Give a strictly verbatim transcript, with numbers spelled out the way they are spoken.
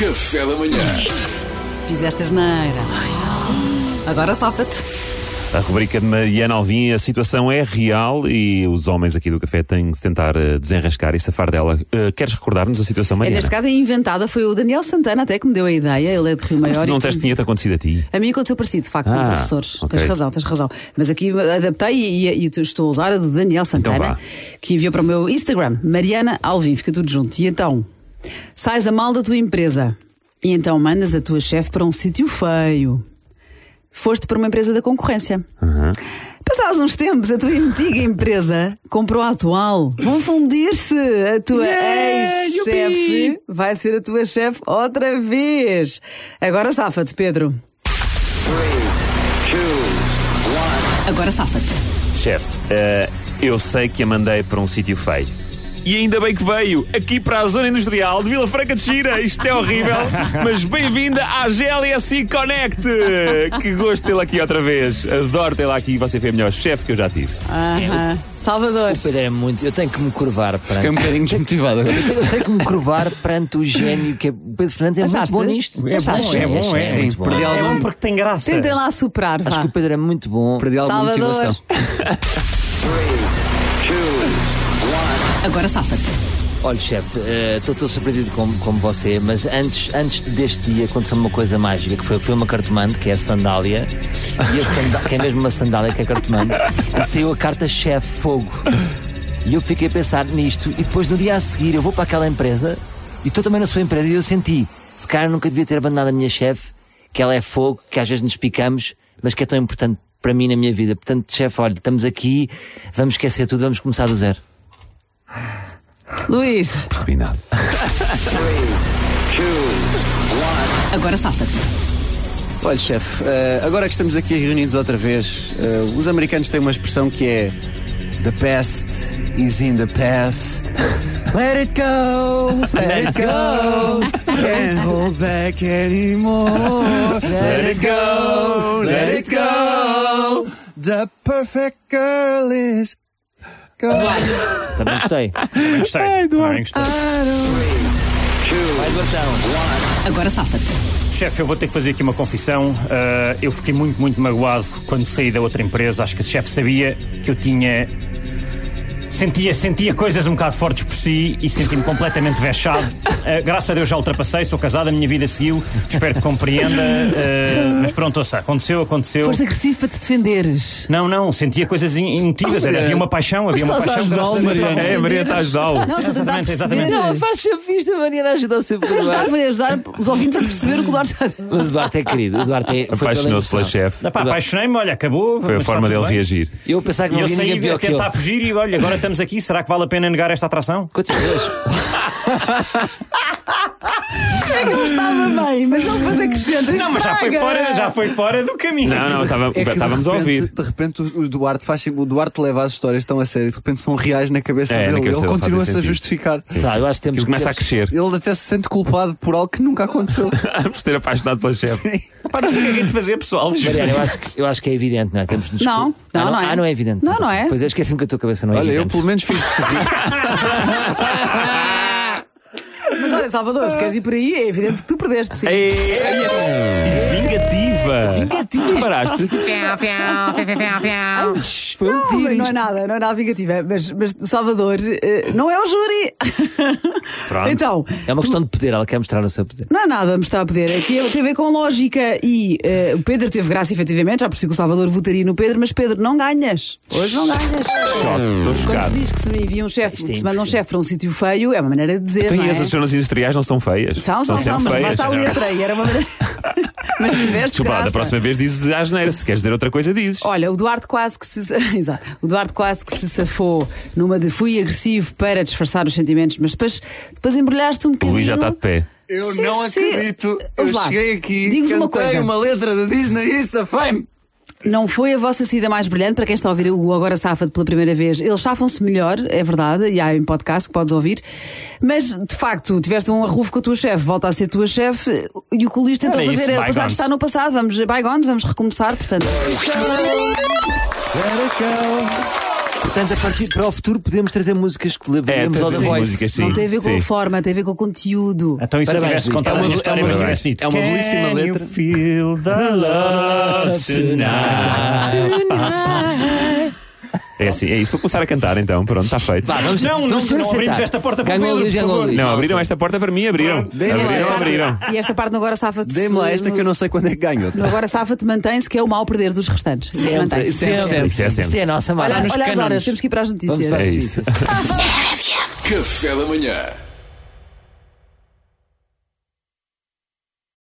Café da manhã. Fizeste asneira. Agora safa-te. A rubrica de Mariana Alvim, a situação é real e os homens aqui do café têm que se tentar uh, desenrascar e safar dela. Uh, queres recordar-nos a situação, Mariana? É, neste caso é inventada, foi o Daniel Santana até que me deu a ideia, ele é de Rio Maior. Mas tu não e tens que... tinha-te acontecido a ti? A mim aconteceu parecido, de facto, ah, com professores. Okay. Tens razão, tens razão. Mas aqui adaptei e, e, e estou a usar a do Daniel Santana, então que enviou para o meu Instagram, Mariana Alvim, fica tudo junto. E então, sais a mal da tua empresa e então mandas a tua chefe para um sítio feio. Foste para uma empresa da concorrência. Uhum. Passados uns tempos, a tua antiga empresa comprou a atual. Vão fundir-se. A tua Yeah, ex-chefe yupi. vai ser a tua chefe outra vez. Agora safa-te, Pedro. Agora safa-te. Chefe, uh, eu sei que a mandei para um sítio feio. E ainda bem que veio, aqui para a zona industrial de Vila Franca de Xira. Isto é horrível, mas bem-vinda à G L S I Connect. Que gosto de tê-la aqui outra vez. Adoro tê-la aqui, você foi a melhor chefe que eu já tive. Aham. Salvador. O Pedro é muito. Eu tenho que me curvar perante. Fiquei um bocadinho desmotivado agora. Eu tenho, eu tenho que me curvar perante o gênio que é. O Pedro Fernandes é Achaste? muito bom nisto. É bom, Achaste? é bom, é. Sim, Sim, muito bom. perdi É algum, É bom porque tem graça. Tentem lá superar, Acho vá. que o Pedro é muito bom. perdi alguma Salvador. motivação. Agora safa-te. Olha, chefe, estou surpreendido como, como você, mas antes, antes deste dia aconteceu uma coisa mágica, que foi, foi uma cartomante, que é a sandália, e a sandá- que é mesmo uma sandália que é cartomante, e saiu a carta chefe fogo. E eu fiquei a pensar nisto, e depois no dia a seguir eu vou para aquela empresa, e estou também na sua empresa, e eu senti, se calhar nunca devia ter abandonado a minha chefe, que ela é fogo, que às vezes nos picamos, mas que é tão importante para mim na minha vida. Portanto, chefe, olha, estamos aqui, vamos esquecer tudo, vamos começar do zero. Luís. Percebi nada. Agora safa-te. Olha, chefe, eh, agora que estamos aqui reunidos outra vez, eh, os americanos têm uma expressão que é The past is in the past. Let it go, let it go. Can't hold back anymore. Let it go, let it go. The perfect girl is gone. Também gostei. Também gostei. Também gostei. Vai, Bertão. Agora safa-te. Chefe, eu vou ter que fazer aqui uma confissão. Uh, eu fiquei muito, muito magoado quando saí da outra empresa. Acho que o chefe sabia que eu tinha... Sentia, sentia coisas um bocado fortes por si e senti-me completamente vexado. Uh, graças a Deus já ultrapassei, sou casado, a minha vida seguiu. Espero que compreenda. Uh, mas pronto, ouça, aconteceu, aconteceu. Foste agressivo para te defenderes. Não, não, sentia coisas in- emotivas. Oh, Era, Mariana. havia uma paixão, havia Mas uma estás a paixão. ajudá-lo, graças a Deus. Mariana. É, Maria está a ajudá-lo. Não, estou a tentar Exatamente, perceber. exatamente. Não, faz chafista, Mariana ajuda sempre a Ajudar, ajudar. foi ajudar os ouvintes a perceber o que o Duarte já disse. Mas o Duarte é querido. O Duarte é, foi pela Apaixonou-se pela emoção. chefe. Ah, pá, apaixonei-me, olha, acabou. Foi a mas forma está dele tudo bem. reagir. Eu pensava que E não eu havia ninguém saí a pior que ele. tentar fugir e olha, agora estamos aqui. Será que vale a pena negar esta atração? Continuas. É que ele estava bem, mas não depois acrescenta. Não, mas já foi, estraga. fora, já foi fora do caminho. Não, não, estava- É que de estávamos a repente- ouvir. De repente o Duarte faz o Duarte leva as histórias tão a sério, de repente são reais na cabeça É, na dele. cabeça Ele dele continua-se fazem a sentido. justificar. Tá, eu acho que temos Ele que começa ter- a crescer. Ele até se sente culpado por algo que nunca aconteceu. Por ter apaixonado pela chefe. Sim. Pá, não sei o que é que é de fazer, pessoal. Mariana, eu acho, que, eu acho que é evidente, não é? Temos de nos- Não, não, ah, não é. Ah, não é evidente. Não, não é. Pois é, esqueci-me que a tua cabeça não é Olha, eu evidente. pelo menos fiz. Mas olha, Salvador, se queres ir por aí, é evidente que tu perdeste, sim. Ei, vingativa. Vingativa. Paraste? Foi um Não, tiro. mas não é isto. nada, não é nada vingativa. Mas, mas Salvador eh, não é o júri. Pronto. Então, É uma questão de poder, ela quer mostrar o seu poder. não é nada a mostrar a poder. Aqui tem a ver com lógica. E eh, o Pedro teve graça, efetivamente. Já percebi que o Salvador votaria no Pedro, mas Pedro, não ganhas. Hoje não ganhas. Choque, estou Quando se chocado. diz que se me envia um chefe, Isto é que se manda um impossível. chefe para um sítio feio, é uma maneira de dizer. Então, não e é? essas zonas industriais não são feias? São, são, são, sempre mas feias. basta a letra. E era uma maneira. Mas tiveste Desculpa, graça. da próxima vez dizes à geneira. Se queres dizer outra coisa, dizes. Olha, o Duarte quase que se. Exato. O Duarte quase que se safou numa de fui agressivo para disfarçar os sentimentos, mas depois, depois embrulhaste um O bocadinho. Luís já está de pé. Eu Sim, não sim. acredito. Eu Vamos lá. cheguei aqui, Digo-vos uma cantei coisa. uma letra da Disney e safei-me. Não foi a vossa saída mais brilhante. Para quem está a ouvir o Agora Safa-te pela primeira vez, eles safam-se melhor, é verdade, e há em podcast que podes ouvir. Mas de facto, tiveste um arrufo com a tua chefe, volta a ser tua chefe, e o que o Luís tentou Era fazer isso, é o passado bygones. está no passado, vamos bygones, vamos recomeçar, portanto. Let it go. Portanto, a partir para o futuro podemos trazer músicas que levaremos É, ao The trazer Voice. músicas, sim. Não tem a ver com sim. a forma, tem a ver com o conteúdo. Então, e se eu Parabéns, tivesse Luís. contado É a uma- minha história, é uma- mas tivesse dito é uma belíssima Can letra. you feel the love tonight? É assim, é isso. Vou começar a cantar então. Pronto, está feito. Vá, vamos, Não, não, vamos não sentar. abrimos esta porta para o Ganhou Pedro, Luís, por ganhou favor. Luís. Não, abriram esta porta para mim, abriram. Dê-me lá Abriram, esta. abriram. E esta parte no Agora Safa-te. Dê-me lá esta no- que eu não sei quando é que ganho. no Agora Safa-te mantém-se, que é o mal perder dos restantes. Isso Sempre, mantém-se. sempre, sempre. Isso é sempre. Isto é a nossa marca. Olha, olha as cânones. horas, temos que ir para as Vamos notícias. para as É isso. notícias. Café da manhã.